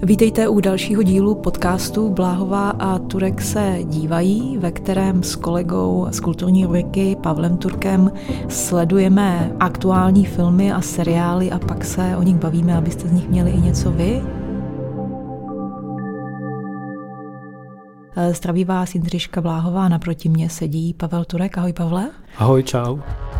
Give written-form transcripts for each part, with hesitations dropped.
Vítejte u dalšího dílu podcastu Bláhová a Turek se dívají, ve kterém s kolegou z kulturní rubriky Pavlem Turkem sledujeme aktuální filmy a seriály a pak se o nich bavíme, abyste z nich měli i něco vy. Zdraví vás Jindřiška Bláhová, naproti mně sedí Pavel Turek. Ahoj Pavle. Ahoj, čau.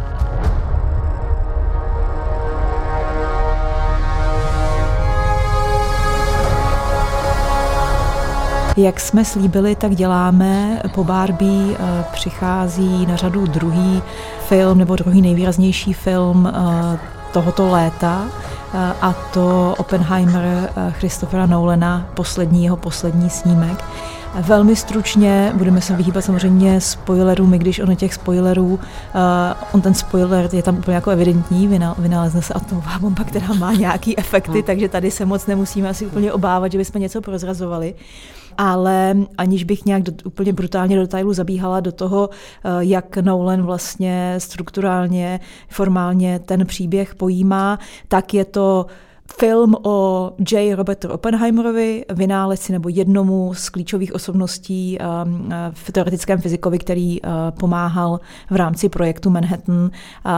Jak jsme slíbili, tak děláme. Po Barbie přichází na řadu druhý film, nebo druhý nejvýraznější film tohoto léta, a to Oppenheimer Christophera Nolana, jeho poslední snímek. Velmi stručně, budeme se vyhýbat samozřejmě spoilerům, i když těch spoilerů, ten spoiler je tam úplně jako evidentní, vynalezne se atomová bomba, která má nějaký efekty, takže tady se moc nemusíme asi úplně obávat, že bychom něco prozrazovali. Ale aniž bych nějak úplně brutálně do detailu zabíhala do toho, jak Nolan vlastně strukturálně, formálně ten příběh pojímá, tak je to film o J. Robertu Oppenheimerovi, vynálezci nebo jednomu z klíčových osobností v teoretickém fyzikovi, který pomáhal v rámci projektu Manhattan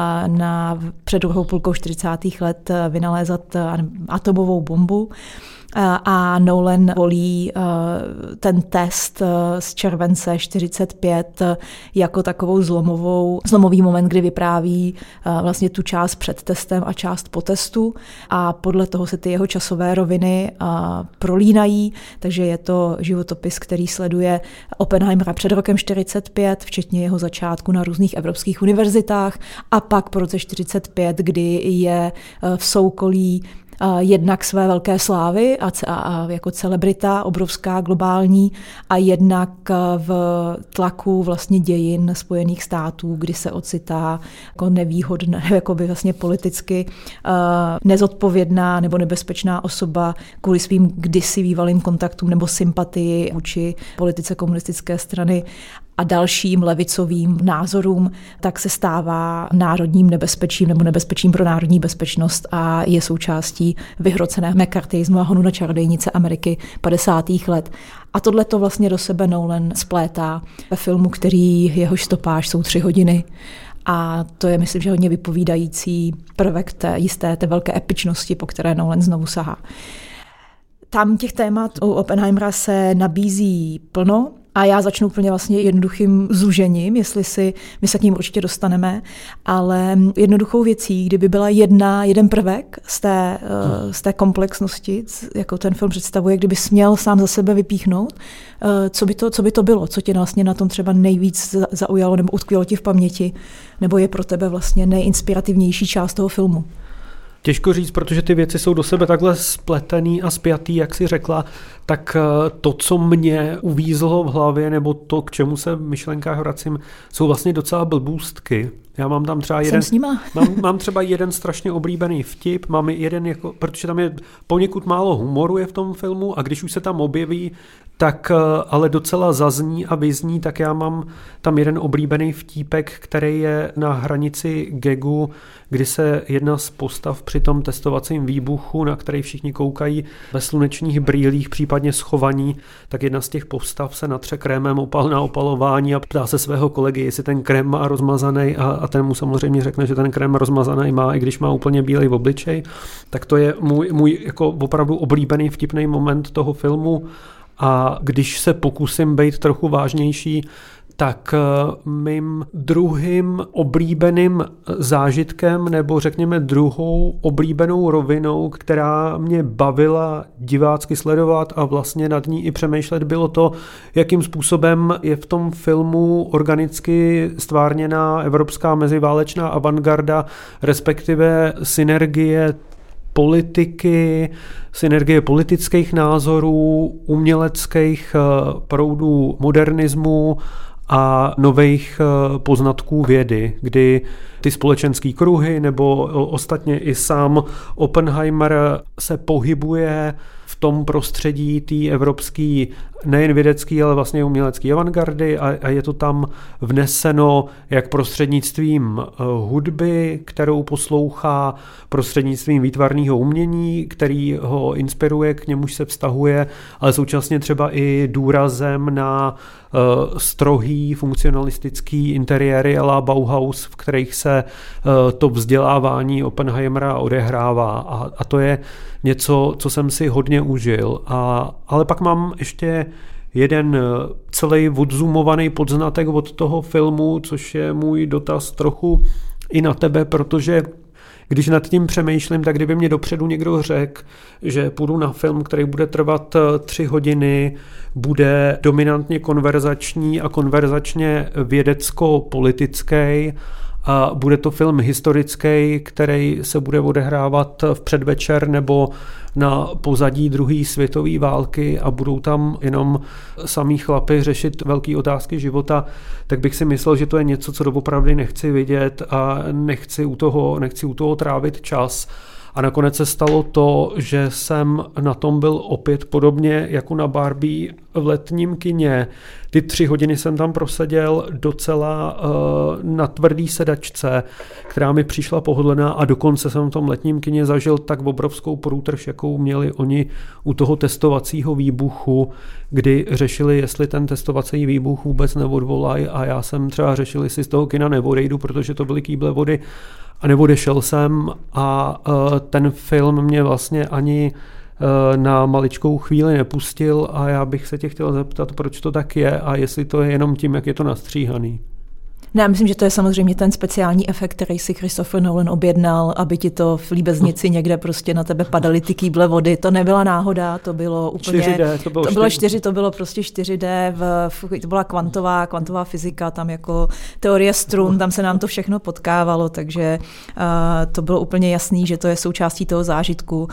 před druhou půlkou 40. let vynalézat atomovou bombu. A Nolan volí ten test z července 45 jako takovou zlomový moment, kdy vypráví vlastně tu část před testem a část po testu a podle toho se ty jeho časové roviny prolínají, takže je to životopis, který sleduje Oppenheimera před rokem 45, včetně jeho začátku na různých evropských univerzitách a pak po roce 45, kdy je v soukolí jednak své velké slávy a jako celebrita obrovská, globální, a jednak v tlaku vlastně dějin Spojených států, kdy se ocitá jako nevýhodná, jako by vlastně politicky nezodpovědná nebo nebezpečná osoba kvůli svým kdysi bývalým kontaktům nebo sympatii vůči politice komunistické strany a dalším levicovým názorům, tak se stává národním nebezpečím nebo nebezpečím pro národní bezpečnost a je součástí vyhroceného mccarthyismu a honu na čarodějnice Ameriky 50. let. A tohle to vlastně do sebe Nolan splétá ve filmu, jehož stopáž jsou 3 hodiny. A to je, myslím, že hodně vypovídající prvek té velké epičnosti, po které Nolan znovu sahá. Tam těch témat u Oppenheimera se nabízí plno. A já začnu úplně vlastně jednoduchým zúžením, my se k ním určitě dostaneme, ale jednoduchou věcí, kdyby byla jeden prvek z té komplexnosti, jako ten film představuje, kdyby směl sám za sebe vypíchnout, co by to bylo, co tě vlastně na tom třeba nejvíc zaujalo nebo utkvělo ti v paměti, nebo je pro tebe vlastně nejinspirativnější část toho filmu. Těžko říct, protože ty věci jsou do sebe takhle spletený a spjatý, jak jsi řekla, tak to, co mě uvízlo v hlavě, nebo to, k čemu se v myšlenkách vracím, jsou vlastně docela blbůstky. Já mám tam třeba mám třeba jeden strašně oblíbený vtip, mám jeden, protože tam je poněkud málo humoru je v tom filmu a když už se tam objeví, tak ale docela zazní a vyzní, tak já mám tam jeden oblíbený vtípek, který je na hranici gagu, kdy se jedna z postav při tom testovacím výbuchu, na který všichni koukají ve slunečních brýlích, případně schovaní, tak jedna z těch postav se natře krémem na opalování a ptá se svého kolegy, jestli ten krém má rozmazaný a ten mu samozřejmě řekne, že ten krém rozmazaný má, i když má úplně bílej v obličej. Tak to je můj jako opravdu oblíbený vtipný moment toho filmu. A když se pokusím být trochu vážnější, tak mým druhým oblíbeným zážitkem, nebo řekněme druhou oblíbenou rovinou, která mě bavila divácky sledovat a vlastně nad ní i přemýšlet, bylo to, jakým způsobem je v tom filmu organicky stvárněná evropská meziválečná avantgarda, respektive synergie politických názorů, uměleckých proudů modernismu a nových poznatků vědy, kdy ty společenské kruhy nebo ostatně i sám Oppenheimer se pohybuje v tom prostředí té evropské nejen vědecké, ale vlastně umělecké avantgardy a je to tam vneseno jak prostřednictvím hudby, kterou poslouchá, prostřednictvím výtvarného umění, který ho inspiruje, k němuž se vztahuje, ale současně třeba i důrazem na strohý funkcionalistický interiéry a la Bauhaus, v kterých se to vzdělávání Oppenheimera odehrává. A to je něco, co jsem si hodně užil. Ale pak mám ještě jeden celý odzoomovaný podznatek od toho filmu, což je můj dotaz trochu i na tebe, protože když nad tím přemýšlím, tak kdyby mě dopředu někdo řekl, že půjdu na film, který bude trvat 3 hodiny, bude dominantně konverzační a konverzačně vědecko-politický, a bude to film historický, který se bude odehrávat v předvečer nebo na pozadí druhé světové války a budou tam jenom samý chlapi řešit velké otázky života, tak bych si myslel, že to je něco, co doopravdy nechci vidět a nechci u toho trávit čas. A nakonec se stalo to, že jsem na tom byl opět podobně jako na Barbie v letním kině. Ty 3 hodiny jsem tam proseděl docela na tvrdý sedačce, která mi přišla pohodlná a dokonce jsem v tom letním kině zažil tak obrovskou průtrž, jakou měli oni u toho testovacího výbuchu, kdy řešili, jestli ten testovací výbuch vůbec neodvolají a já jsem třeba řešil, jestli z toho kina neodejdu, protože to byly kýble vody. A neodešel jsem a ten film mě vlastně ani na maličkou chvíli nepustil a já bych se tě chtěl zeptat, proč to tak je a jestli to je jenom tím, jak je to nastříhaný. Ne, já myslím, že to je samozřejmě ten speciální efekt, který si Christopher Nolan objednal, aby ti to v líbeznici někde prostě na tebe padaly ty kýble vody. To nebyla náhoda, to bylo úplně 4D, to bylo prostě 4D, to byla kvantová fyzika, tam jako teorie strun, tam se nám to všechno potkávalo, takže to bylo úplně jasný, že to je součástí toho zážitku.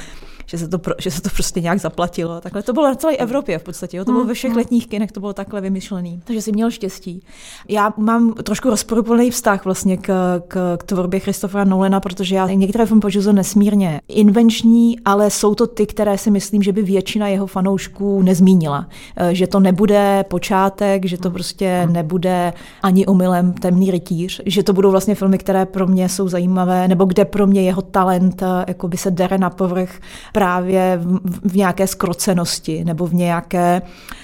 Že se to prostě nějak zaplatilo. Takhle to bylo na celé Evropě v podstatě. Jo? To bylo ve všech letních kinech, to bylo takhle vymyšlený. Takže jsi měl štěstí. Já mám trošku rozporuplný vztah vlastně k tvorbě Christophera Nolana, protože já některé filmy považuji za nesmírně invenční, ale jsou to ty, které si myslím, že by většina jeho fanoušků nezmínila. Že to nebude počátek, že to prostě nebude ani omylem Temný rytíř, že to budou vlastně filmy, které pro mě jsou zajímavé, nebo kde pro mě jeho talent jakoby se dere na povrch právě v nějaké zkrocenosti nebo v nějaké...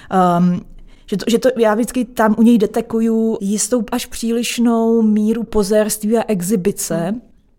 já vždycky tam u něj detekuju jistou až přílišnou míru pozérství a exibice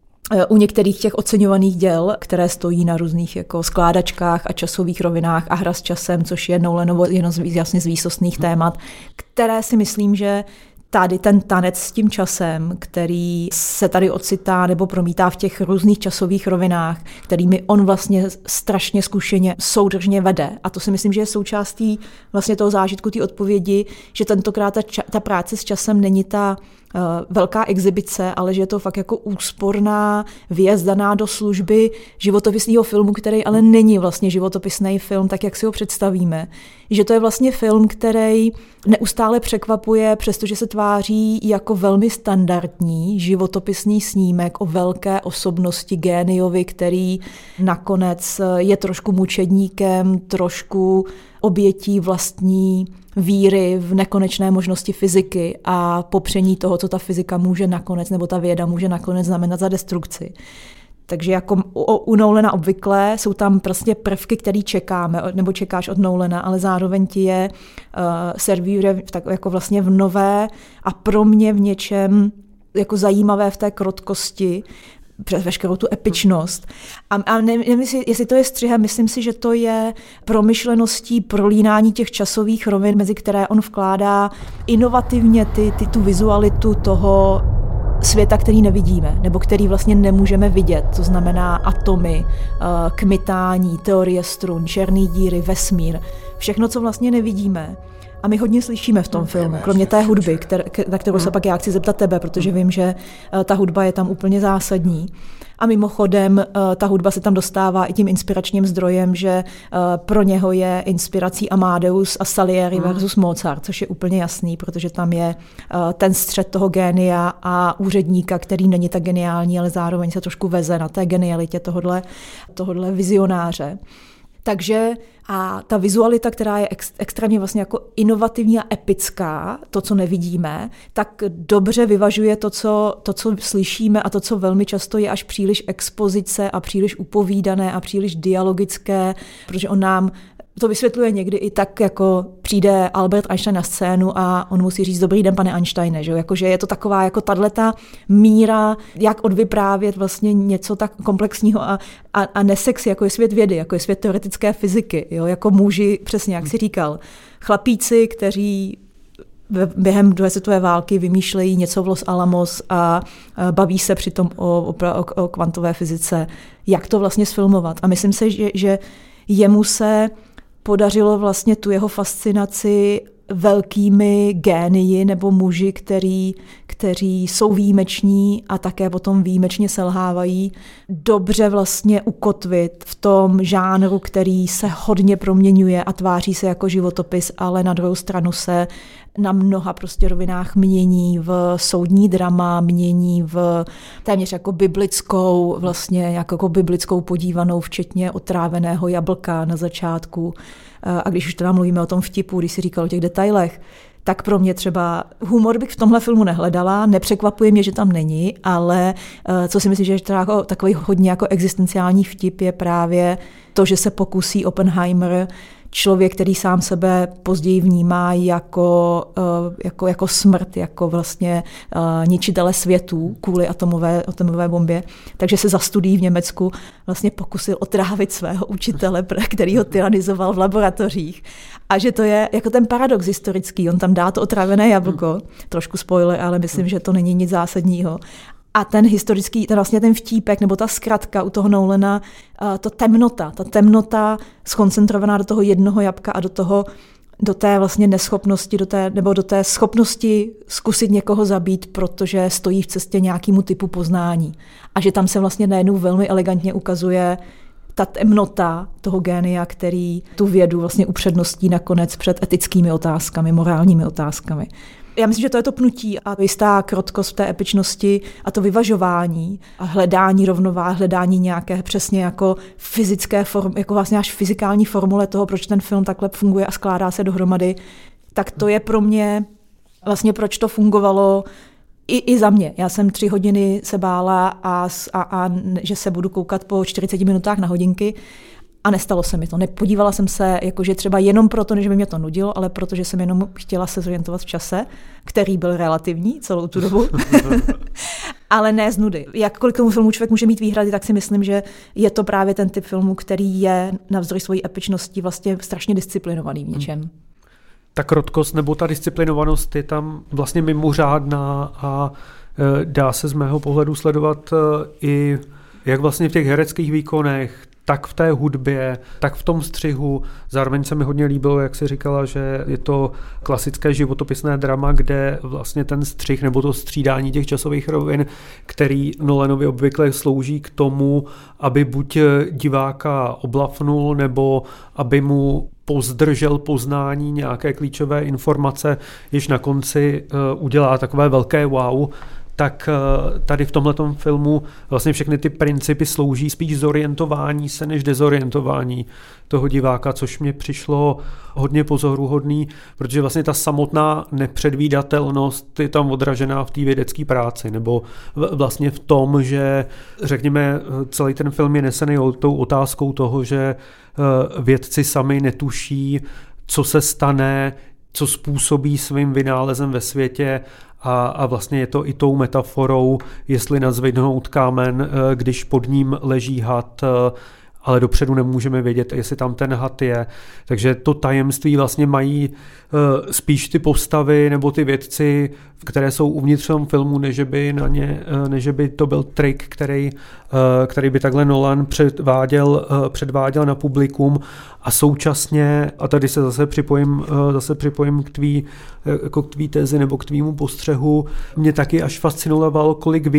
u některých těch oceňovaných děl, které stojí na různých jako skládačkách a časových rovinách a hra s časem, což je Nolanovo jedno jasně z výsostných témat, které si myslím, že tady ten tanec s tím časem, který se tady ocitá nebo promítá v těch různých časových rovinách, kterými on vlastně strašně zkušeně soudržně vede. A to si myslím, že je součástí vlastně toho zážitku, té odpovědi, že tentokrát ta práce s časem není ta velká exibice, ale že je to fakt jako úsporná věc daná do služby životopisného filmu, který ale není vlastně životopisný film, tak jak si ho představíme. Že to je vlastně film, který neustále překvapuje, přestože se tváří jako velmi standardní životopisný snímek o velké osobnosti géniovi, který nakonec je trošku mučedníkem, trošku obětí vlastní víry v nekonečné možnosti fyziky a popření toho, co ta fyzika může nakonec, nebo ta věda může nakonec znamenat za destrukci. Takže jako u Nolana obvykle jsou tam prostě prvky, které čekáme, nebo čekáš od Nolana, ale zároveň ti je servíruje jako vlastně v nové a pro mě v něčem jako zajímavé v té krotkosti, přes veškerou tu epičnost. A nevím, jestli to je střihem, myslím si, že to je promyšleností prolínání těch časových rovin, mezi které on vkládá inovativně tu vizualitu toho světa, který nevidíme, nebo který vlastně nemůžeme vidět, to znamená atomy, kmitání, teorie strun, černý díry, vesmír, všechno, co vlastně nevidíme. A my hodně slyšíme v tom filmu, kromě té hudby, na kterou se pak já chci zeptat tebe, protože vím, že ta hudba je tam úplně zásadní. A mimochodem, ta hudba se tam dostává i tím inspiračním zdrojem, že pro něho je inspirací Amadeus a Salieri versus Mozart, což je úplně jasný, protože tam je ten střet toho génia a úředníka, který není tak geniální, ale zároveň se trošku veze na té genialitě tohodle vizionáře. Takže a ta vizualita, která je extrémně vlastně jako inovativní a epická, to, co nevidíme, tak dobře vyvažuje to, co slyšíme a to, co velmi často je až příliš expozice a příliš upovídané a příliš dialogické, protože on nám to vysvětluje někdy i tak, jako přijde Albert Einstein na scénu a on musí říct dobrý den, pane Einsteine, že jo? Jakože je to taková jako tato míra, jak odvyprávět vlastně něco tak komplexního a nesexy, jako je svět vědy, jako je svět teoretické fyziky, jo? Jako muži, přesně jak jsi říkal, chlapíci, kteří během druhé světové války vymýšlejí něco v Los Alamos a baví se přitom o kvantové fyzice, jak to vlastně sfilmovat. A myslím si, že jemu se podařilo vlastně tu jeho fascinaci velkými génii nebo muži, kteří jsou výjimeční a také potom výjimečně selhávají, dobře vlastně ukotvit v tom žánru, který se hodně proměňuje a tváří se jako životopis, ale na druhou stranu se na mnoha prostě rovinách mění v soudní drama, mění v téměř jako biblickou, vlastně jako biblickou podívanou, včetně Otráveného jablka na začátku. A když už teda mluvíme o tom vtipu, když si říkal o těch detailech, tak pro mě třeba humor bych v tomhle filmu nehledala, nepřekvapuje mě, že tam není, ale co si myslím, že je jako takový hodně jako existenciální vtip je právě to, že se pokusí Oppenheimer, člověk, který sám sebe později vnímá jako smrt, jako vlastně ničitele světů kvůli atomové bombě. Takže se za studií v Německu vlastně pokusil otrávit svého učitele, který ho tyranizoval v laboratořích. A že to je jako ten paradox historický. On tam dá to otrávené jablko, trošku spoiler, ale myslím, že to není nic zásadního. A ten historický, vlastně ten vtípek, nebo ta zkratka u toho Nolana, ta temnota skoncentrovaná do toho jednoho jabka a do té vlastně neschopnosti, do té schopnosti zkusit někoho zabít, protože stojí v cestě nějakému typu poznání. A že tam se vlastně najednou velmi elegantně ukazuje ta temnota toho génia, který tu vědu vlastně upředností nakonec před etickými otázkami, morálními otázkami. Já myslím, že to je to pnutí a jistá krotkost v té epičnosti a to vyvažování a hledání rovnováhy, hledání nějaké přesně jako fyzické formy, jako vlastně až fyzikální formule toho, proč ten film takhle funguje a skládá se dohromady, tak to je pro mě vlastně proč to fungovalo i za mě. Já jsem 3 hodiny se bála a že se budu koukat po 40 minutách na hodinky. A nestalo se mi to. Nepodívala jsem se jakože třeba jenom proto, že by mě to nudilo, ale protože jsem jenom chtěla se zorientovat v čase, který byl relativní celou tu dobu. Ale ne z nudy. Jakkoliv k tomu filmu člověk může mít výhrady, tak si myslím, že je to právě ten typ filmu, který je navzdory svojí epičnosti vlastně strašně disciplinovaný v něčem. Ta krotkost nebo ta disciplinovanost je tam vlastně mimořádná a dá se z mého pohledu sledovat i jak vlastně v těch hereckých výkonech, tak v té hudbě, tak v tom střihu. Zároveň se mi hodně líbilo, jak jsi říkala, že je to klasické životopisné drama, kde vlastně ten střih nebo to střídání těch časových rovin, který Nolanovi obvykle slouží k tomu, aby buď diváka oblafnul, nebo aby mu pozdržel poznání nějaké klíčové informace, jež na konci udělá takové velké wow, tak tady v tomhletom filmu vlastně všechny ty principy slouží spíš zorientování se než dezorientování toho diváka, což mě přišlo hodně pozoruhodný, protože vlastně ta samotná nepředvídatelnost je tam odražená v té vědecké práci, nebo vlastně v tom, že řekněme celý ten film je nesený tou otázkou toho, že vědci sami netuší, co se stane, co způsobí svým vynálezem ve světě a vlastně je to i tou metaforou, jestli nazvednout kámen, když pod ním leží had, ale dopředu nemůžeme vědět, jestli tam ten had je. Takže to tajemství vlastně mají spíš ty postavy nebo ty vědci, které jsou uvnitř tom filmu, než by to byl trik, který by takhle Nolan předváděl na publikum a současně, a tady se zase připojím k tvý tezi nebo k tvýmu postřehu, mě taky až fascinovalo,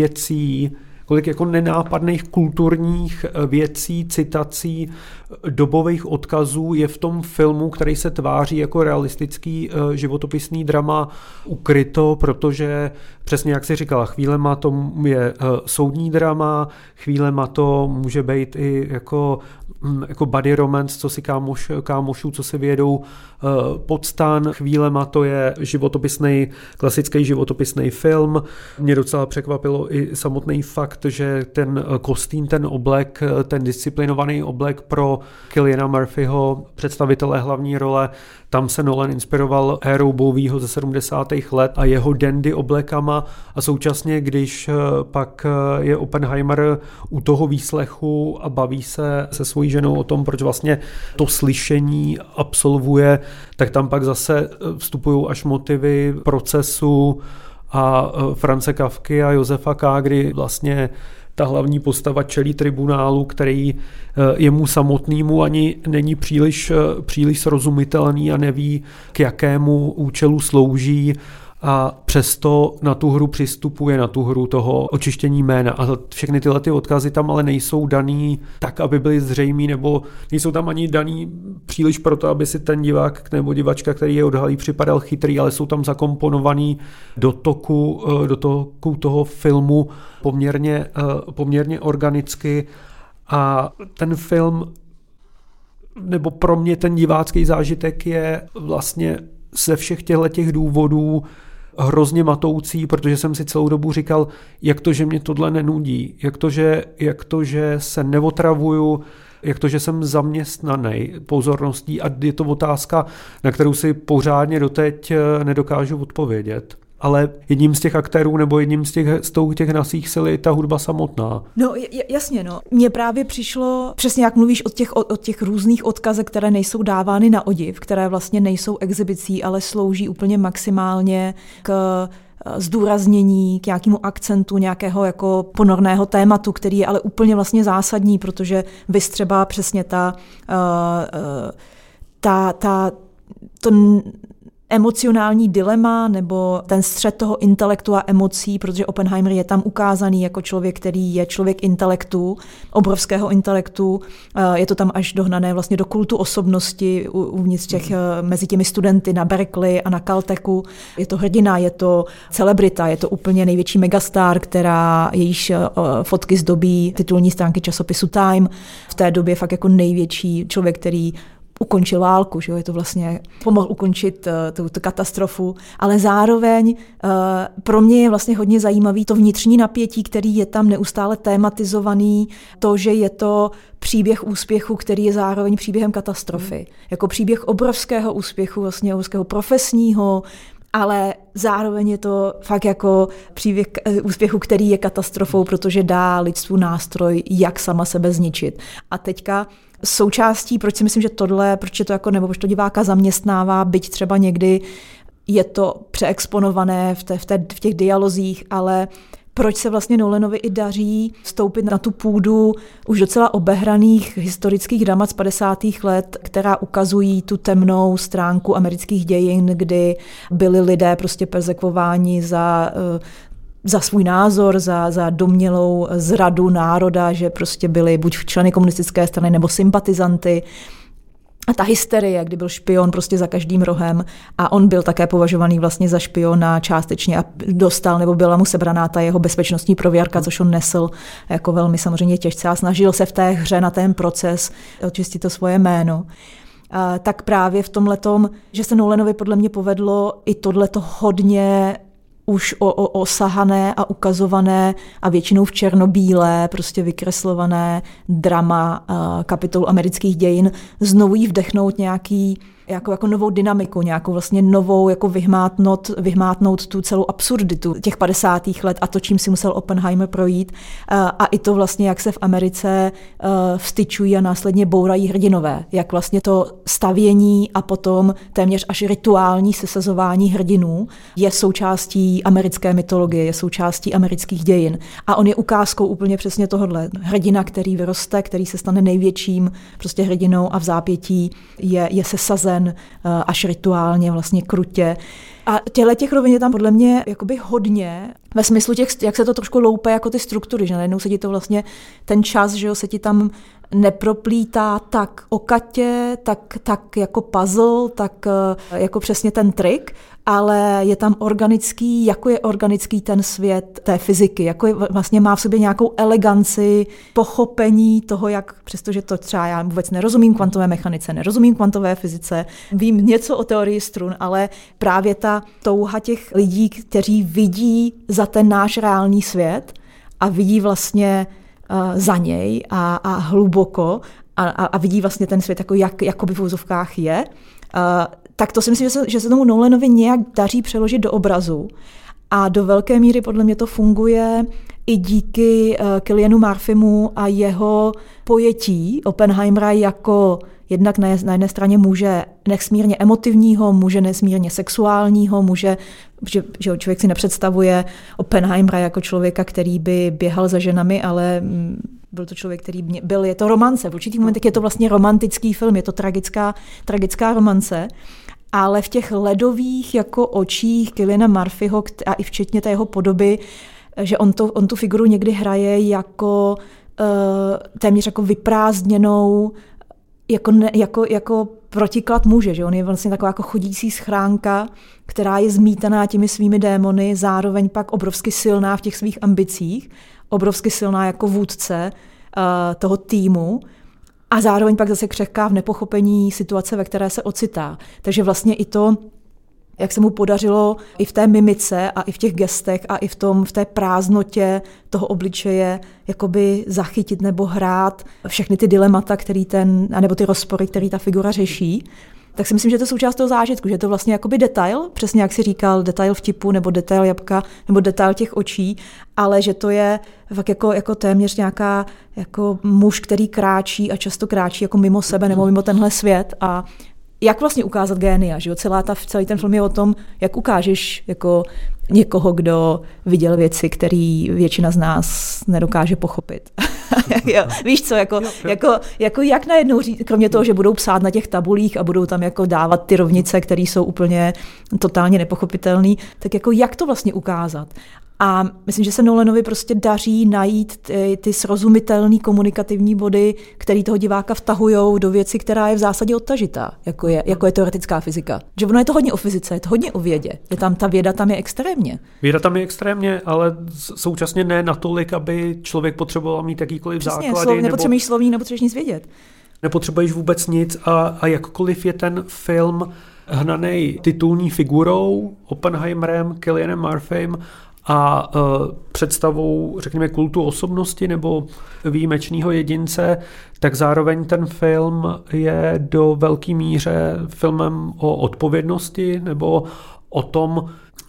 kolik jako nenápadných kulturních věcí, citací, dobových odkazů je v tom filmu, který se tváří jako realistický životopisný drama ukryto, protože přesně jak jsi říkala, chvílema to je soudní drama, chvílema to může být i jako jako buddy romance, co si kámošů, co si vyjedou pod stan. Chvílema to je klasický životopisný film. Mě docela překvapilo i samotný fakt, že ten kostým, ten oblek, ten disciplinovaný oblek pro Cilliana Murphyho, představitele hlavní role, tam se Nolan inspiroval érou Bowieho ze 70. let a jeho dandy oblekama a současně, když pak je Oppenheimer u toho výslechu a baví se svojí ženou o tom, proč vlastně to slyšení absolvuje, tak tam pak zase vstupují až motivy procesu a France Kafky a Josefa K., kdy vlastně ta hlavní postava čelí tribunálu, který jemu samotnému ani není příliš srozumitelný a neví, k jakému účelu slouží a přesto na tu hru přistupuje, na tu hru toho očištění jména. A všechny tyhle ty odkazy tam ale nejsou daný tak, aby byly zřejmý, nebo nejsou tam ani daný příliš proto, aby si ten divák nebo divačka, který je odhalí, připadal chytrý, ale jsou tam zakomponovaný do toku toho filmu poměrně organicky. A ten film, nebo pro mě ten divácký zážitek je vlastně ze všech těch důvodů hrozně matoucí, protože jsem si celou dobu říkal, jak to, že mě tohle nenudí, jak to, že se neotravuju, jak to, že jsem zaměstnaný pozorností a je to otázka, na kterou si pořádně doteď nedokážu odpovědět. Ale jedním z těch aktérů nebo jedním z těch hnacích sil je ta hudba samotná. No jasně, no. Mně právě přišlo, přesně jak mluvíš o těch různých odkazech, které nejsou dávány na odiv, které vlastně nejsou exibicí, ale slouží úplně maximálně k zdůraznění, k nějakému akcentu nějakého jako ponorného tématu, který je ale úplně vlastně zásadní, protože vystřeba přesně to emocionální dilema nebo ten střet toho intelektu a emocí, protože Oppenheimer je tam ukázaný jako člověk, který je člověk intelektu, obrovského intelektu. Je to tam až dohnané vlastně do kultu osobnosti uvnitř mezi těmi studenty na Berkeley a na Caltechu. Je to hrdina, je to celebrita, je to úplně největší megastar, jejíž fotky zdobí titulní stránky časopisu Time. V té době fakt jako největší člověk, který ukončil válku, že jo? Je to vlastně pomohl ukončit tu katastrofu, ale zároveň pro mě je vlastně hodně zajímavý to vnitřní napětí, který je tam neustále tématizovaný, to, že je to příběh úspěchu, který je zároveň příběhem katastrofy. Jako příběh obrovského úspěchu, vlastně obrovského profesního, ale zároveň je to fakt jako příběh úspěchu, který je katastrofou, protože dá lidstvu nástroj, jak sama sebe zničit. A teďka součástí, proč si myslím, že proč je to jako, nebo proč to diváka zaměstnává, byť třeba někdy je to přeexponované v těch dialozích, ale proč se vlastně Nolanovi i daří vstoupit na tu půdu už docela obehraných historických dramat z 50. let, která ukazují tu temnou stránku amerických dějin, kdy byli lidé prostě perzekvováni za svůj názor, za domnělou zradu národa, že prostě byli buď členy komunistické strany nebo sympatizanty. A ta hysterie, kdy byl špion prostě za každým rohem a on byl také považovaný vlastně za špiona částečně a dostal, nebo byla mu sebraná ta jeho bezpečnostní prověrka, což on nesl jako velmi samozřejmě těžce a snažil se v té hře na ten proces očistit to svoje jméno. Tak právě v tomhletom, že se Nolanovi podle mě povedlo i tohleto hodně už osahané a ukazované a většinou v černobílé, prostě vykreslované drama kapitolu amerických dějin, znovu jí vdechnout nějaký jako novou dynamiku, nějakou vlastně novou, jako vyhmátnout tu celou absurditu těch 50. let a to, čím si musel Oppenheimer projít a i to vlastně, jak se v Americe vstyčují a následně bourají hrdinové, jak vlastně to stavění a potom téměř až rituální sesazování hrdinů je součástí americké mytologie, je součástí amerických dějin a on je ukázkou úplně přesně tohodle. Hrdina, který vyroste, který se stane největším prostě hrdinou a v zápětí je sesazen až rituálně, vlastně krutě. A těch rovin je tam podle mě jakoby hodně, ve smyslu těch, jak se to trošku loupe jako ty struktury, že najednou se ti to vlastně ten čas, že jo, se ti tam neproplítá tak okatě, tak jako puzzle, tak jako přesně ten trik, ale je tam organický, jako je organický ten svět té fyziky, jako je, vlastně má v sobě nějakou eleganci, pochopení toho, jak, přestože to třeba já vůbec nerozumím kvantové mechanice, nerozumím kvantové fyzice, vím něco o teorii strun, ale právě ta touha těch lidí, kteří vidí za ten náš reálný svět a vidí vlastně za něj a hluboko a vidí vlastně ten svět jako by v úzovkách je, tak to si myslím, že se tomu Nolanovi nějak daří přeložit do obrazu a do velké míry podle mě to funguje i díky Cillianu Murphymu a jeho pojetí Oppenheimera jako jednak na jedné straně muže nesmírně emotivního, muže nesmírně sexuálního, muže, že člověk si nepředstavuje Oppenheimera jako člověka, který by běhal za ženami, ale byl to člověk, který byl, je to romance. V určitých momentech je to vlastně romantický film, je to tragická romance, ale v těch ledových jako očích Cilliana Murphyho a i včetně té jeho podoby, že on tu figuru někdy hraje jako téměř jako vyprázdněnou, jako protiklad muže, že on je vlastně taková jako chodící schránka, která je zmítaná těmi svými démony, zároveň pak obrovsky silná v těch svých ambicích, obrovsky silná jako vůdce toho týmu a zároveň pak zase křehká v nepochopení situace, ve které se ocitá. Takže vlastně i to, jak se mu podařilo i v té mimice a i v těch gestech a i v té prázdnotě toho obličeje jakoby zachytit nebo hrát všechny ty dilemata, nebo ty rozpory, který ta figura řeší, tak si myslím, že to je součást toho zážitku, že je to vlastně jakoby detail, přesně jak jsi říkal, detail vtipu nebo detail jabka nebo detail těch očí, ale že to je fakt jako téměř nějaká jako muž, který kráčí a často kráčí jako mimo sebe nebo mimo tenhle svět a jak vlastně ukázat génia, že jo? Celý ten film je o tom, jak ukážeš jako někoho, kdo viděl věci, které většina z nás nedokáže pochopit. Jo, víš co, jako jak najednou říct, kromě toho, že budou psát na těch tabulích a budou tam jako dávat ty rovnice, které jsou úplně totálně nepochopitelné, tak jako jak to vlastně ukázat. A myslím, že se Nolanovi prostě daří najít ty srozumitelné komunikativní body, které toho diváka vtahujou do věci, která je v zásadě odtažitá, jako je teoretická fyzika. Že ono je to hodně o fyzice, je to hodně o vědě. Ta věda tam je extrémně. Věda tam je extrémně, ale současně ne natolik, aby člověk potřeboval mít jakýkoliv základy. Nepotřebuješ slovní, nepotřebuješ nic vědět. Nepotřebuješ vůbec nic a jakkoliv je ten film hnanej titulní figurou, Oppenheimerem, Cillianem Murphym, a představou, řekněme, kultu osobnosti nebo výjimečného jedince, tak zároveň ten film je do velké míře filmem o odpovědnosti nebo o tom,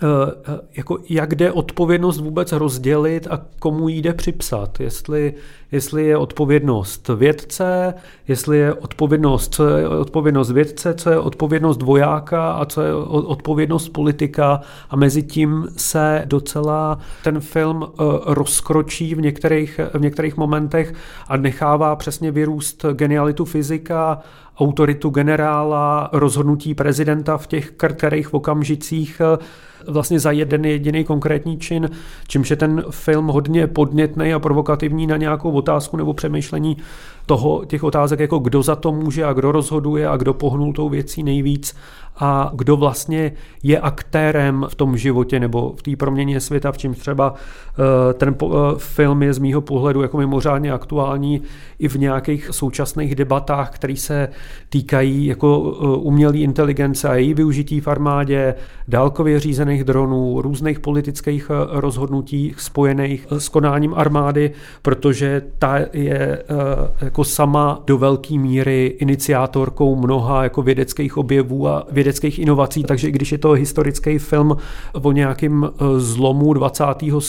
jako jak jde odpovědnost vůbec rozdělit a komu jí jde připsat. Jestli je odpovědnost vědce, jestli je odpovědnost vědce, co je odpovědnost vojáka a co je odpovědnost politika a mezi tím se docela ten film rozkročí v některých momentech a nechává přesně vyrůst genialitu fyzika, autoritu generála, rozhodnutí prezidenta v těch kterých okamžicích vlastně za jeden jediný konkrétní čin, čímž je ten film hodně podnětný a provokativní na nějakou otázku nebo přemýšlení těch otázek, jako kdo za to může a kdo rozhoduje a kdo pohnul tou věcí nejvíc a kdo vlastně je aktérem v tom životě nebo v té proměně světa, v čem třeba ten film je z mýho pohledu jako mimořádně aktuální i v nějakých současných debatách, které se týkají jako umělé inteligence a její využití v armádě, dálkově řízených dronů, různých politických rozhodnutí spojených s konáním armády, protože ta je jako sama do velké míry iniciátorkou mnoha jako vědeckých objevů a vědeckých inovací, takže i když je to historický film o nějakém zlomu 20.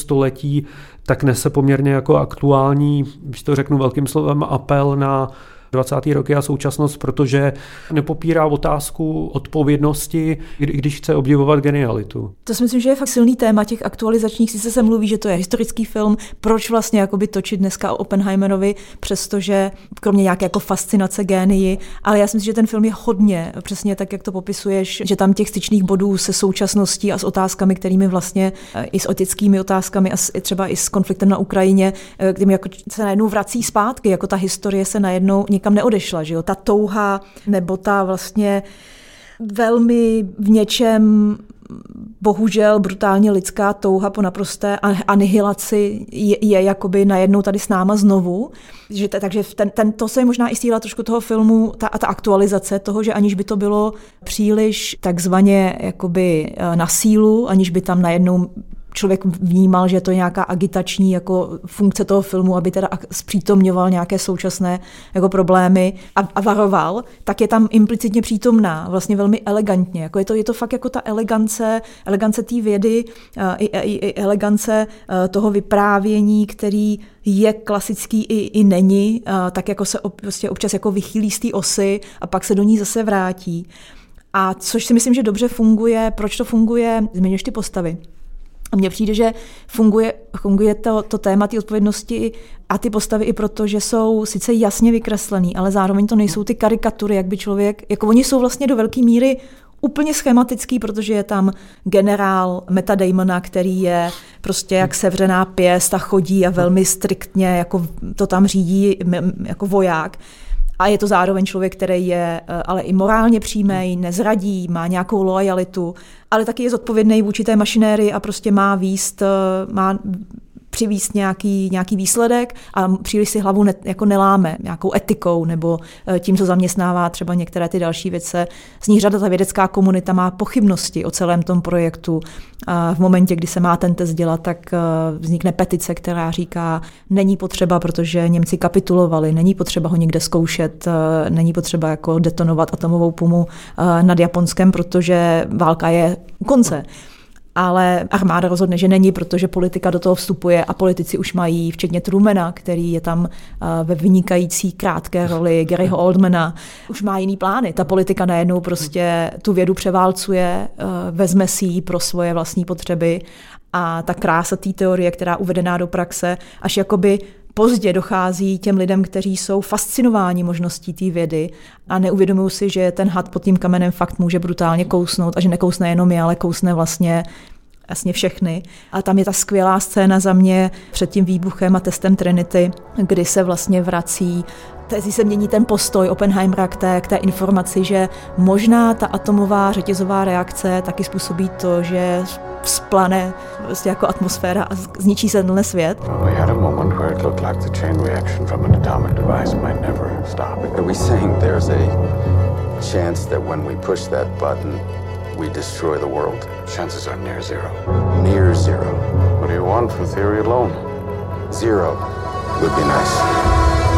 století, tak nese poměrně jako aktuální, když to řeknu velkým slovem, apel na 20. roky a současnost, protože nepopírá otázku odpovědnosti, když chce obdivovat genialitu. To si myslím, že je fakt silný téma těch aktualizačních, sice se mluví, že to je historický film, proč vlastně jakoby točit dneska o Oppenheimerovi, přestože kromě nějaké jako fascinace génii, ale já si myslím, že ten film je hodně, přesně tak, jak to popisuješ, že tam těch styčných bodů se současností a s otázkami, kterými vlastně i s etickými otázkami a třeba i s konfliktem na Ukrajině, kterým jako se najednou vrací zpátky, jako ta historie se najednou nikam neodešla, že jo, ta touha nebo ta vlastně velmi v něčem bohužel brutálně lidská touha po naprosté anihilaci je jakoby najednou tady s náma znovu. Takže to se je možná i síla trošku toho filmu, ta aktualizace toho, že aniž by to bylo příliš takzvaně jakoby na sílu, aniž by tam najednou člověk vnímal, že to je nějaká agitační jako funkce toho filmu, aby teda zpřítomňoval nějaké současné jako problémy a varoval, tak je tam implicitně přítomná, vlastně velmi elegantně. Jako je to fakt jako ta elegance té vědy, i elegance toho vyprávění, který je klasický i není, tak jako se prostě občas jako vychýlí z té osy a pak se do ní zase vrátí. A což si myslím, že dobře funguje. Proč to funguje? Zmiňuješ ty postavy. A mně přijde, že funguje to téma té odpovědnosti a ty postavy i proto, že jsou sice jasně vykreslený, ale zároveň to nejsou ty karikatury, jak by člověk, jako oni jsou vlastně do velké míry úplně schematický, protože je tam generál Matta Damona, který je prostě jak sevřená pěst a chodí a velmi striktně jako to tam řídí jako voják. A je to zároveň člověk, který je ale i morálně přímý, nezradí, má nějakou loajalitu, ale taky je zodpovědný vůči té mašinérii a prostě má přivízt nějaký výsledek a příliš si hlavu jako neláme nějakou etikou nebo tím, co zaměstnává třeba některé ty další věci. Z nich řada ta vědecká komunita má pochybnosti o celém tom projektu. A v momentě, kdy se má ten test dělat, tak vznikne petice, která říká, není potřeba, protože Němci kapitulovali, není potřeba ho někde zkoušet, není potřeba jako detonovat atomovou pumu nad Japonskem, protože válka je u konce. Ale armáda rozhodne, že není, protože politika do toho vstupuje a politici už mají, včetně Trumana, který je tam ve vynikající krátké roli Garyho Oldmana, už má jiný plány. Ta politika najednou prostě tu vědu převálcuje, vezme si ji pro svoje vlastní potřeby a ta krása té teorie, která uvedená do praxe, až jakoby pozdě dochází těm lidem, kteří jsou fascinováni možností té vědy a neuvědomují si, že ten had pod tím kamenem fakt může brutálně kousnout a že nekousne jenom je, ale kousne vlastně všechny. A tam je ta skvělá scéna za mě před tím výbuchem a testem Trinity, kdy se vlastně vrací, teď se mění ten postoj Oppenheimera k té informaci, že možná ta atomová řetězová reakce taky způsobí to, že vzplane vlastně jako atmosféra a zničí se tenhle svět. We had a moment where it looked like the chain reaction from an atomic device might never stop. Are we saying there's a chance that when we push that button we destroy the world? Chances are near zero. Near zero. What do you want from theory alone? Zero would be nice.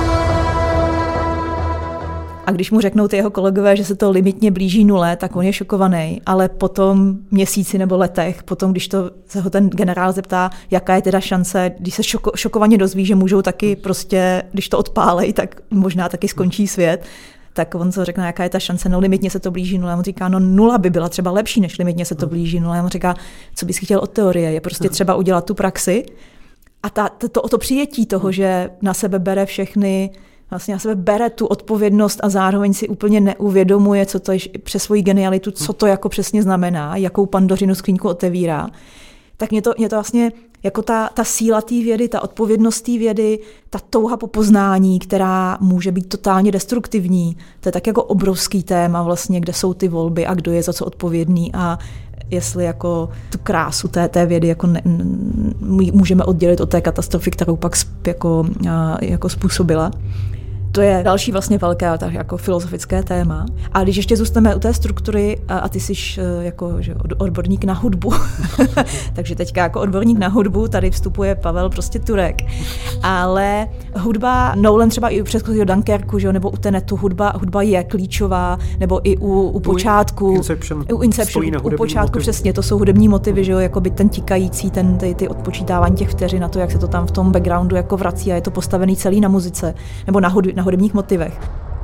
A když mu řeknou ty jeho kolegové, že se to limitně blíží nule, tak on je šokovaný, ale potom měsíci nebo letech, potom když se ho ten generál zeptá, jaká je teda šance, když se šokovaně dozví, že můžou taky prostě, když to odpálej, tak možná taky skončí svět, tak on se řekne, jaká je ta šance, no limitně se to blíží nule. On říká, no nula by byla třeba lepší, než limitně se to blíží nule. On říká, co bys chtěl od teorie, je prostě třeba udělat tu praxi a to přijetí toho, že na sebe bere všechny, vlastně na sebe bere tu odpovědnost a zároveň si úplně neuvědomuje, co to je přes svoji genialitu, co to jako přesně znamená, jakou Pandořinu skříňku otevírá. Tak mě to vlastně jako ta síla té vědy, ta odpovědnost té vědy, ta touha po poznání, která může být totálně destruktivní. To je tak jako obrovský téma vlastně, kde jsou ty volby a kdo je za co odpovědný a jestli jako tu krásu té vědy jako můžeme oddělit od té katastrofy, kterou pak jako způsobila. To je další vlastně velké jako filozofické téma. A když ještě zůstaneme u té struktury, a ty jsi jako že odborník na hudbu, takže teďka jako odborník na hudbu tady vstupuje Pavel prostě Turek. Ale hudba, Nolan třeba i u předchozího Dunkerku, že, nebo u Tenetu, hudba je klíčová, nebo i u počátku. Inception u počátku motivy. Přesně, to jsou hudební motivy, že jo, jako by ten tikající, ty odpočítávání těch vteřin na to, jak se to tam v tom backgroundu jako vrací a je to postavený celý na muzice, nebo na hudebních motivech.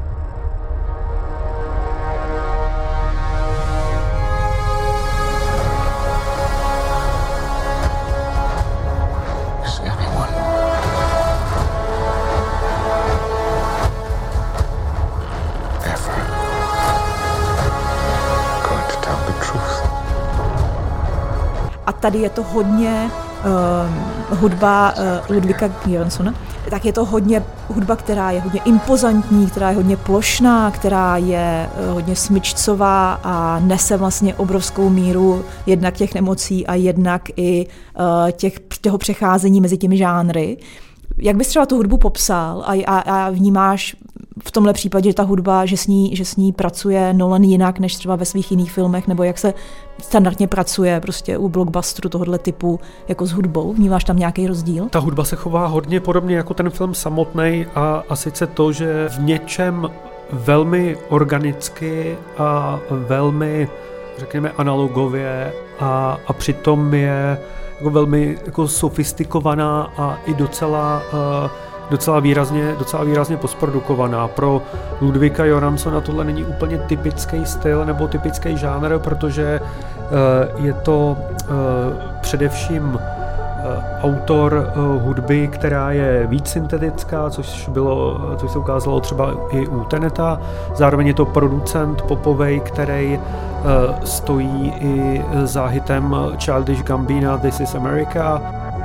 tady je to hodně hudba Ludvíka Göranssona, tak je to hodně hudba, která je hodně impozantní, která je hodně plošná, která je hodně smyčcová a nese vlastně obrovskou míru jednak těch emocí a jednak i těho přecházení mezi těmi žánry. Jak bys třeba tu hudbu popsal a vnímáš v tomhle případě, že ta hudba, že s ní pracuje Nolan jinak než třeba ve svých jiných filmech, nebo jak se standardně pracuje prostě u blockbusteru tohohle typu jako s hudbou? Vnímáš tam nějaký rozdíl? Ta hudba se chová hodně podobně jako ten film samotný a sice to, že v něčem velmi organicky a velmi, řekněme, analogově a přitom je jako velmi jako sofistikovaná a i docela výrazně posprodukovaná. Pro Ludvíka Göranssona tohle není úplně typický styl nebo typický žánr, protože je to především autor hudby, která je víc syntetická, což se ukázalo třeba i u Teneta. Zároveň je to producent popovej, který stojí i za hitem Childish Gambina This is America.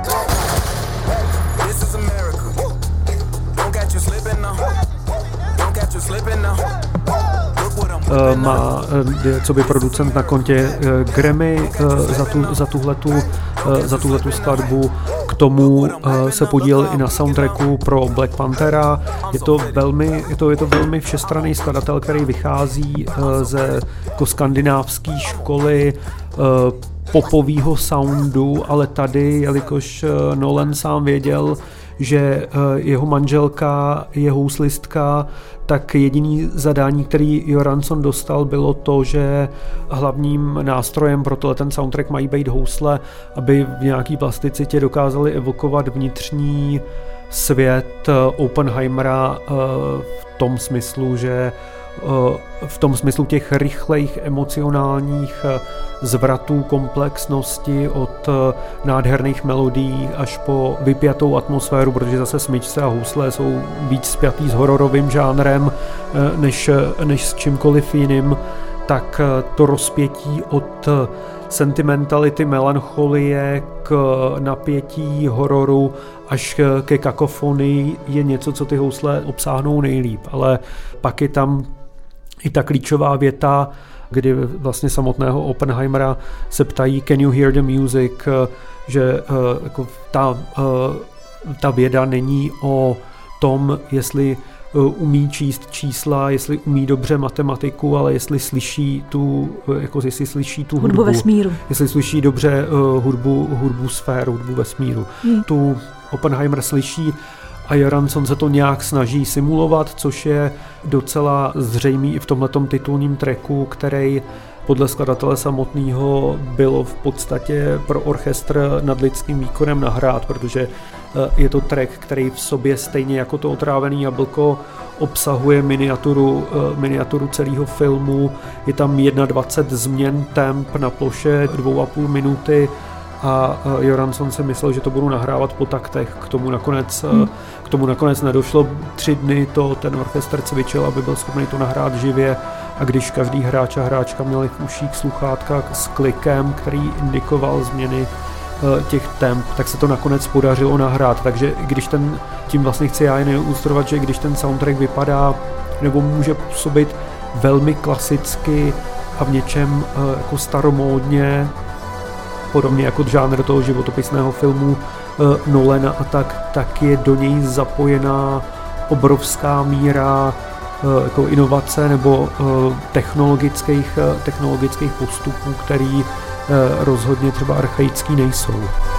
Má co by producent na kontě Grammy za tuhletu skladbu. K tomu se podílel i na soundtracku pro Black Panthera. Je to velmi všestranný skladatel, který vychází ze jako skandinávské školy popového soundu, ale tady, jelikož Nolan sám věděl, že jeho manželka je houslistka, tak jediný zadání, který Göransson dostal, bylo to, že hlavním nástrojem pro ten soundtrack mají být housle, aby v nějaký plasticitě dokázali evokovat vnitřní svět Oppenheimera v tom smyslu, že v tom smyslu těch rychlejch emocionálních zvratů komplexnosti od nádherných melodií až po vypjatou atmosféru, protože zase smyčce a housle jsou víc spjatý s hororovým žánrem než s čímkoliv jiným, tak to rozpětí od sentimentality, melancholie k napětí hororu až ke kakofonii je něco, co ty housle obsáhnou nejlíp. Ale pak je tam i ta klíčová věta, kdy vlastně samotného Oppenheimera se ptají Can you hear the music, že jako ta věda není o tom, jestli umí číst čísla, jestli umí dobře matematiku, ale jestli slyší tu hudbu vesmíru. Jestli slyší dobře hudbu sféru, hudbu vesmíru. Tu Oppenheimer slyší a Göransson se to nějak snaží simulovat, což je docela zřejmý i v tomhletom titulním tracku, který podle skladatele samotného bylo v podstatě pro orchestr nad lidským výkonem nahrát, protože je to track, který v sobě stejně jako to Otrávený jablko obsahuje miniaturu celého filmu. Je tam 21 změn temp na ploše 2,5 minuty a Göransson si myslel, že to budu nahrávat po taktech. K tomu nakonec nedošlo. 3 dny to ten orchestr cvičil, aby byl schopný to nahrát živě, a když každý hráč a hráčka měli v uších sluchátka s klikem, který indikoval změny těch temp, tak se to nakonec podařilo nahrát. Takže tím vlastně chci já jen ilustrovat, že když ten soundtrack vypadá nebo může působit velmi klasicky a v něčem jako staromódně, podobně jako žánr toho životopisného filmu Nolana a tak je do něj zapojená obrovská míra jako inovace nebo technologických postupů, který rozhodně třeba archaický nejsou.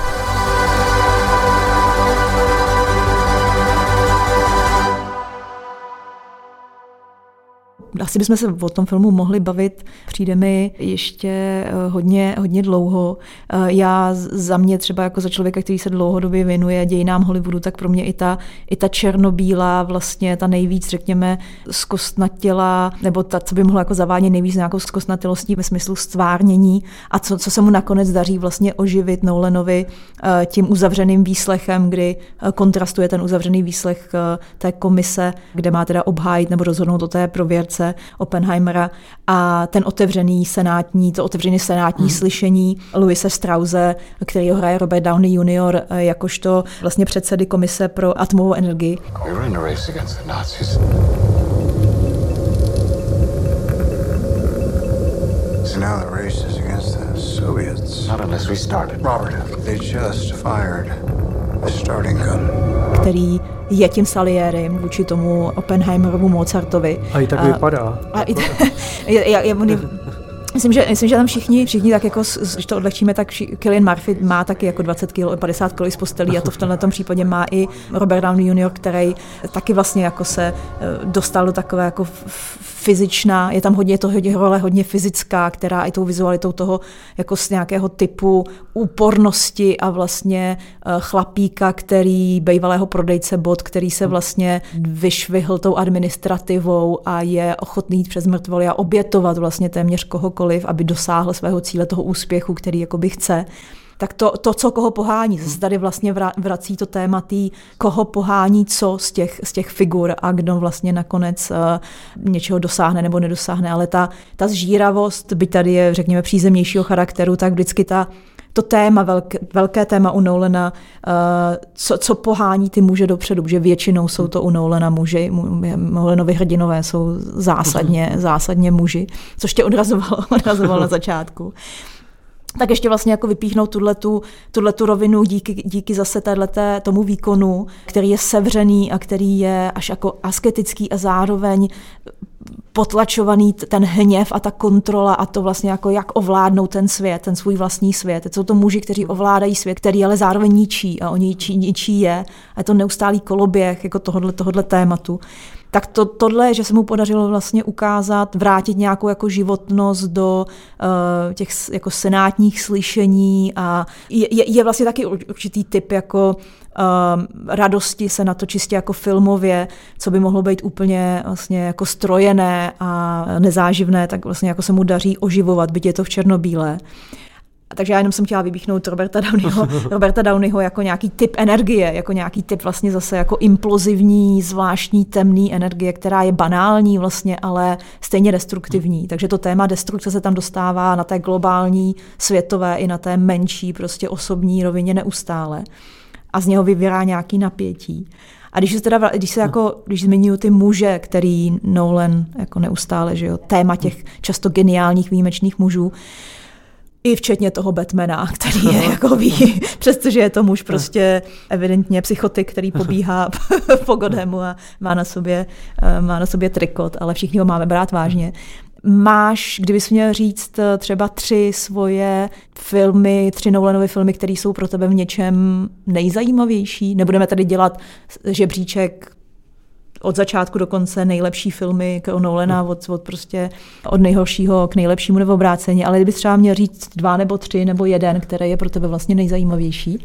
Asi bychom se o tom filmu mohli bavit, přijde mi ještě hodně dlouho. Já za mě třeba jako za člověka, který se dlouhodobě věnuje dějinám Hollywoodu, tak pro mě i ta černobílá, vlastně ta nejvíc, řekněme, zkostnatělá, nebo ta, co by mohla jako zavádět nejvíc nějakou zkostnatělostí ve smyslu stvárnění a co se mu nakonec daří vlastně oživit Nolanovi tím uzavřeným výslechem, kdy kontrastuje ten uzavřený výslech té komise, kde má teda obhájit nebo rozhodnout o té prověrce role Oppenheimera a ten otevřený senátní slyšení Louise Strause, který ho hraje Robert Downey Jr. jakožto vlastně předsedy komise pro atomovou energii. So now the race is against the Soviets. Not unless we started. Robert, they just fired the starting gun. Který je tím Saliérem vůči tomu Oppenheimerovu Mozartovi. A i tak vypadá. Myslím, že tam všichni tak jako, když to odlehčíme, tak Cillian Murphy má taky jako 20 kg, 50 kg z postelí a to v tomto případě má i Robert Downey Jr., který taky vlastně jako se dostal do takové jako fyzičná, je tam hodně role hodně fyzická, která i tou vizualitou toho jako z nějakého typu úpornosti a vlastně chlapíka, bývalého prodejce bot, který se vlastně vyšvihl tou administrativou a je ochotný jít přes mrtvoly a obětovat vlastně téměř kohokoliv, aby dosáhl svého cíle, toho úspěchu, který jakoby chce. Tak to, co koho pohání, zase tady vlastně vrací to téma koho pohání co z těch figur a kdo vlastně nakonec něčeho dosáhne nebo nedosáhne, ale ta zžíravost, byť tady je, řekněme, přízemnějšího charakteru, tak vždycky to téma, velké téma u Nolana, co pohání ty muže dopředu, že většinou jsou to u Nolana muži, Nolanovi hrdinové jsou zásadně muži, což tě odrazovalo na začátku. Tak ještě vlastně jako vypíchnout tuhletu rovinu díky zase tomu výkonu, který je sevřený a který je až jako asketický a zároveň potlačovaný ten hněv a ta kontrola a to vlastně jako jak ovládnout ten svět, ten svůj vlastní svět. Teď jsou to muži, kteří ovládají svět, který ale zároveň ničí a oni ničí je. A je to neustálý koloběh jako tohodle tématu. Tak tohle, že se mu podařilo vlastně vrátit nějakou jako životnost do těch jako senátních slyšení a je vlastně taky určitý typ jako radosti se na to čistě jako filmově, co by mohlo být úplně vlastně jako strojené a nezáživné, tak vlastně jako se mu daří oživovat, byť je to v černobílé. Takže já jenom jsem chtěla vybíchnout Roberta Downeyho jako nějaký typ energie, jako nějaký typ vlastně zase jako implozivní, zvláštní, temný energie, která je banální vlastně, ale stejně destruktivní. Takže to téma destrukce se tam dostává na té globální, světové i na té menší, prostě osobní rovině neustále. A z něho vyvírá nějaký napětí. A když zmiňuji ty muže, který Nolan jako neustále, že jo, téma těch často geniálních výjimečných mužů, i včetně toho Batmana, který je jako přestože je to muž prostě evidentně psychotik, který pobíhá po Gothemu a má na sobě trikot, ale všichni ho máme brát vážně. Kdybys měl říct třeba 3 Nolanovy filmy, které jsou pro tebe v něčem nejzajímavější? Nebudeme tady dělat žebříček od začátku do konce nejlepší filmy Nolana, od nejhoršího k nejlepšímu nebo obráceně, ale kdybys třeba měl říct 2 nebo 3 nebo 1, který je pro tebe vlastně nejzajímavější?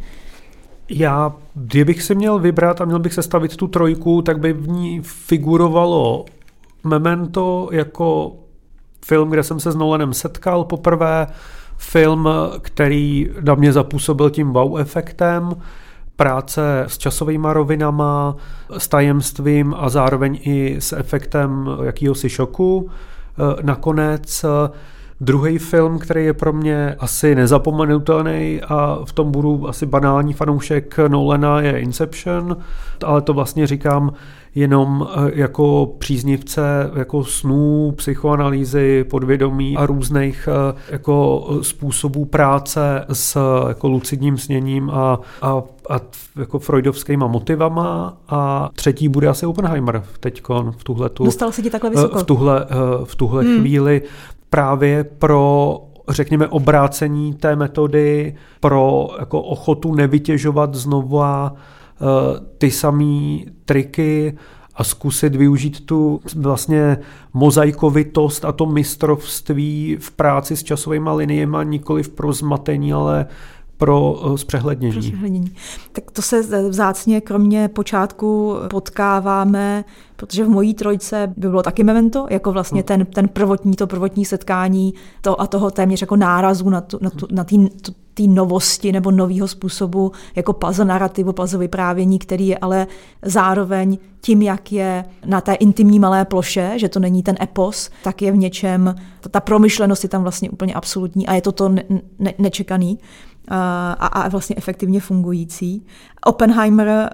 Kdybych si měl vybrat a měl bych sestavit tu 3, tak by v ní figurovalo Memento jako film, kde jsem se s Nolanem setkal poprvé, film, který na mě zapůsobil tím wow efektem, práce s časovými rovinama, s tajemstvím a zároveň i s efektem jakýhosi šoku. Nakonec druhý film, který je pro mě asi nezapomenutelný a v tom budu asi banální fanoušek Nolana, je Inception, ale to vlastně říkám jenom jako příznivce jako snů, psychoanalýzy, podvědomí a různých jako způsobů práce s jako lucidním sněním a jako freudovskýma motivama a 3. bude asi Oppenheimer teďkon v tuhletu. Dostal se ti takhle vysoko? V tuhle chvíli právě pro řekněme obrácení té metody, pro jako ochotu nevytěžovat znova ty samé triky a zkusit využít tu vlastně mozaikovitost a to mistrovství v práci s časovými liniemi, nikoliv pro zmatení, ale pro zpřehlednění. Tak to se vzácně kromě počátku potkáváme, protože v mojí 3 by bylo taky Memento, jako vlastně ten prvotní setkání toho téměř jako nárazu na té novosti nebo nového způsobu jako puzzle narrativu, puzzle vyprávění, který je ale zároveň tím, jak je na té intimní malé ploše, že to není ten epos, tak je v něčem, ta promyšlenost je tam vlastně úplně absolutní a je to nečekaný a vlastně efektivně fungující. Oppenheimer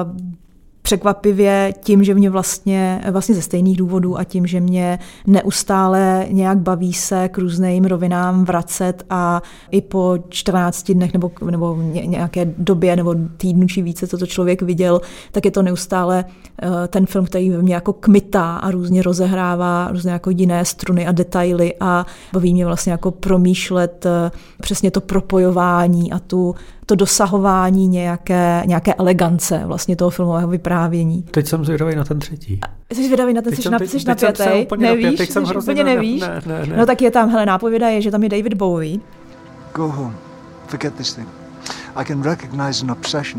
překvapivě tím, že mě vlastně ze stejných důvodů a tím, že mě neustále nějak baví se k různým rovinám vracet a i po 14 dnech nebo nějaké době nebo týdnu či více, co to člověk viděl, tak je to neustále ten film, který mě jako kmitá a různě rozehrává různé jako jiné struny a detaily a baví mě vlastně jako promýšlet přesně to propojování a to dosahování nějaké elegance vlastně toho filmového vyprávění. Teď jsem zvědavý na ten třetí. Jsi zvědavý na ten, jsi napětej? Nevíš? Teď jsem hrozně nevíš? Ne. No tak je tam, hele, nápověda je, že tam je David Bowie. Go home. Forget this thing. I can recognize an obsession.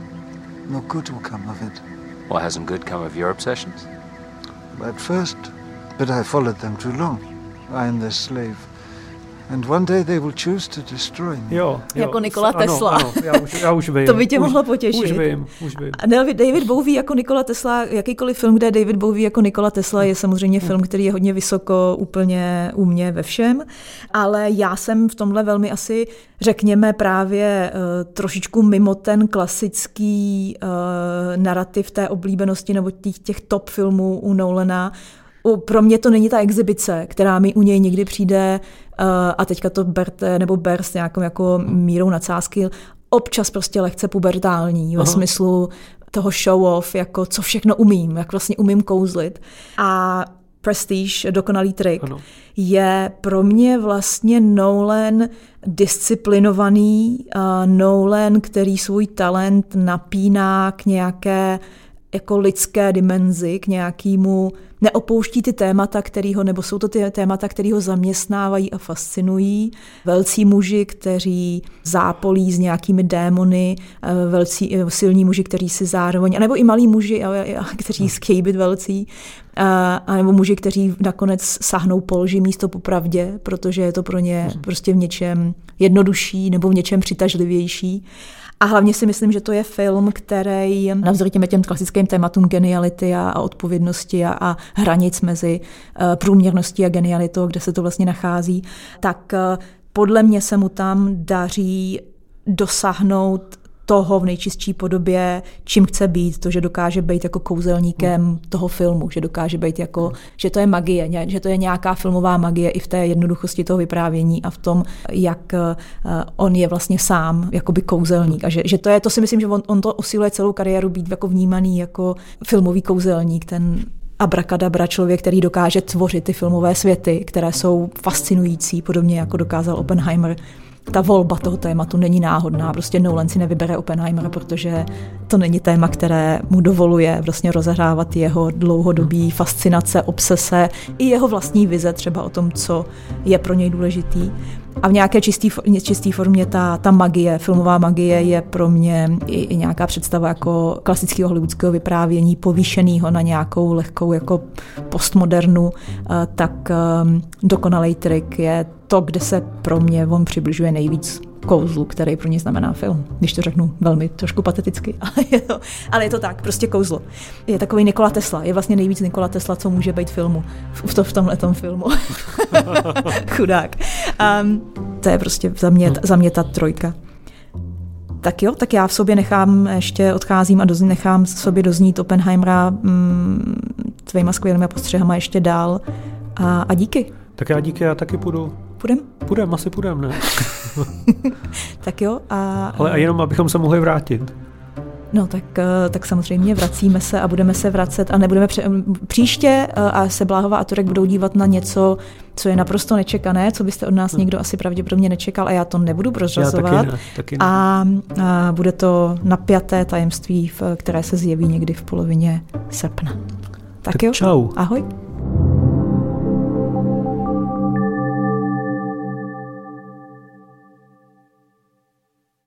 No good will come of it. Well, hasn't good come of your obsessions? At first, but I followed them too long. I am their slave. And one day they will choose to destroy me. Jo. Jako Nikola Tesla. Ano, já už vím. To by tě mohlo potěšit. Už vím. David Bowie jako Nikola Tesla, jakýkoliv film, kde David Bowie jako Nikola Tesla, je samozřejmě film, který je hodně vysoko úplně u mě ve všem, ale já jsem v tomhle velmi asi, řekněme, právě trošičku mimo ten klasický narrativ té oblíbenosti nebo těch top filmů u Nolana. Pro mě to není ta exibice, která mi u něj někdy přijde, a teďka to berte nebo ber s nějakou jako mírou nadsázky, občas prostě lehce pubertální ve smyslu toho show-off, jako co všechno umím, jak vlastně umím kouzlit. A Prestige, dokonalý trik, je pro mě vlastně Nolan disciplinovaný, Nolan, který svůj talent napíná k nějaké jako lidské dimenzi, k nějakému, neopouští ty témata, nebo jsou to ty témata, které ho zaměstnávají a fascinují. Velcí muži, kteří zápolí s nějakými démony, silní muži, kteří si zároveň, anebo i malí muži, kteří chtějí být velcí, anebo muži, kteří nakonec sahnou po lži místo po pravdě, protože je to pro ně prostě v něčem jednodušší nebo v něčem přitažlivější. A hlavně si myslím, že to je film, který navzdory těm klasickým tématům geniality a odpovědnosti a hranic mezi průměrností a genialitou, kde se to vlastně nachází, tak podle mě se mu tam daří dosáhnout toho v nejčistší podobě, čím chce být, to, že dokáže být jako kouzelníkem toho filmu, že dokáže být jako, že to je magie, že to je nějaká filmová magie i v té jednoduchosti toho vyprávění a v tom, jak on je vlastně sám jakoby kouzelník. A že to si myslím, že on to usiluje celou kariéru být jako vnímaný jako filmový kouzelník, ten abrakadabra člověk, který dokáže tvořit ty filmové světy, které jsou fascinující, podobně jako dokázal Oppenheimer. Ta volba toho tématu není náhodná, prostě Nolan si nevybere Oppenheimera, protože to není téma, které mu dovoluje vlastně rozehrávat jeho dlouhodobý fascinace, obsese i jeho vlastní vize třeba o tom, co je pro něj důležitý. A v nějaké čistý formě ta magie, filmová magie je pro mě i nějaká představa jako klasického hollywoodského vyprávění, povýšenýho na nějakou lehkou jako postmodernu, tak dokonalý trik je to, kde se pro mě on přibližuje nejvíc kouzlu, který pro ně znamená film. Když to řeknu velmi trošku pateticky, ale je to tak, prostě kouzlo. Je takový Nikola Tesla, je vlastně nejvíc Nikola Tesla, co může být filmu, v tomhletom filmu. Chudák. To je prostě za mě ta trojka. Tak jo, tak já v sobě odcházím a nechám v sobě doznít Oppenheimera tvýma skvělými postřehama ještě dál a díky. Tak já díky, já taky půjdu. Asi půjdem, ne? Tak jo. Ale a jenom, abychom se mohli vrátit. No tak samozřejmě vracíme se a budeme se vracet a nebudeme příště a se Bláhová a Turek budou dívat na něco, co je naprosto nečekané, co byste od nás někdo asi pravděpodobně nečekal a já to nebudu prozrazovat. Taky ne. A bude to napjaté tajemství, které se zjeví někdy v polovině srpna. Tak jo. Čau. Ahoj.